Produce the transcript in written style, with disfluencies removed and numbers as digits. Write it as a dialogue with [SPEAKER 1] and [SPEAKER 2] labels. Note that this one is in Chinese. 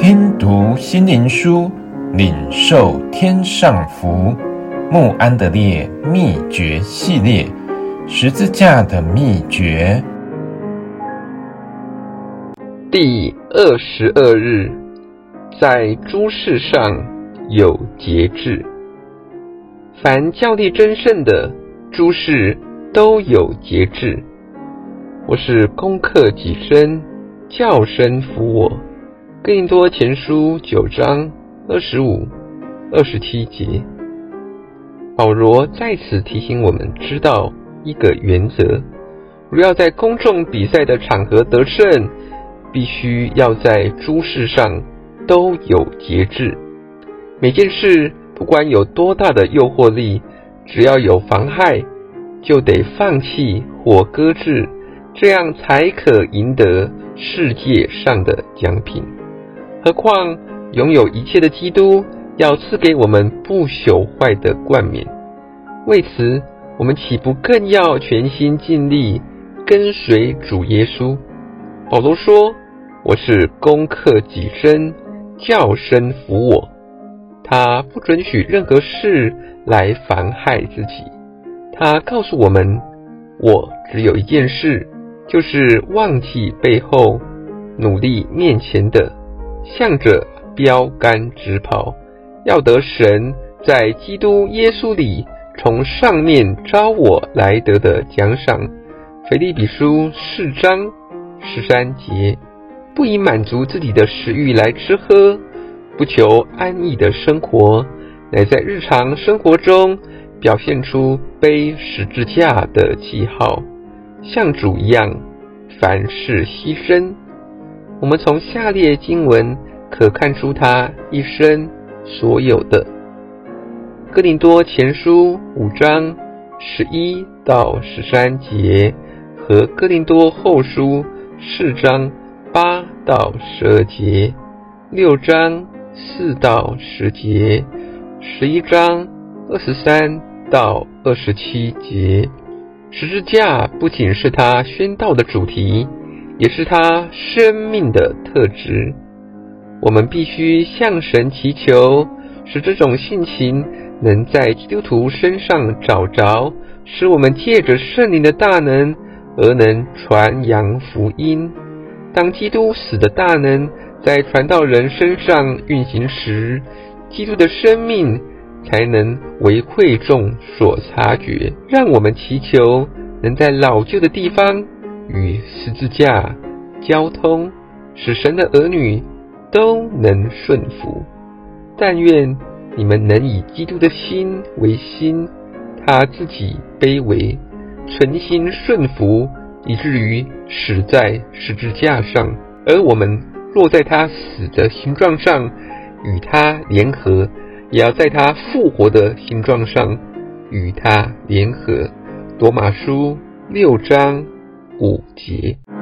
[SPEAKER 1] 听读心灵书，领受天上福。慕安德烈秘诀系列，十字架的秘诀。
[SPEAKER 2] 第22日，在诸事上有节制。凡较力争胜的，诸事都有节制。我是攻克己身，叫身服我。哥林多前书9章25、27节。保罗在此提醒我们知道一个原则：如要在公众比赛的场合得胜，必须要在诸事上都有节制。每件事不管有多大的诱惑力，只要有妨害，就得放弃或搁置，这样才可赢得世界上的奖品。何况拥有一切的基督要赐给我们不朽坏的冠冕，为此我们岂不更要全心尽力跟随主耶稣？保罗说，我是攻克己身，叫身服我。他不准许任何事来妨害自己。他告诉我们，我只有一件事，就是忘记背后，努力面前的，向着标杆直跑，要得神在基督耶稣里从上面招我来得的奖赏。腓立比书4章13节。不以满足自己的食欲来吃喝，不求安逸的生活，乃在日常生活中表现出背十字架的记号，像主一样，凡事牺牲。我们从下列经文可看出他一生所有的。哥林多前书5章11到13节和哥林多后书4章8到12节、6章4到10节、11章23到27节。十字架不仅是他宣道的主题，也是他生命的特质。我们必须向神祈求，使这种性情能在基督徒身上找着，使我们借着圣灵的大能而能传扬福音。当基督死的大能在传道人身上运行时，基督的生命才能为会众所察觉。让我们祈求能在老旧的地方与十字架交通，使神的儿女都能顺服。但愿你们能以基督的心为心，他自己卑微，存心顺服，以至于死在十字架上，而我们若在他死的形状上与他联合，也要在他复活的形状上与他联合。罗马书6章5节。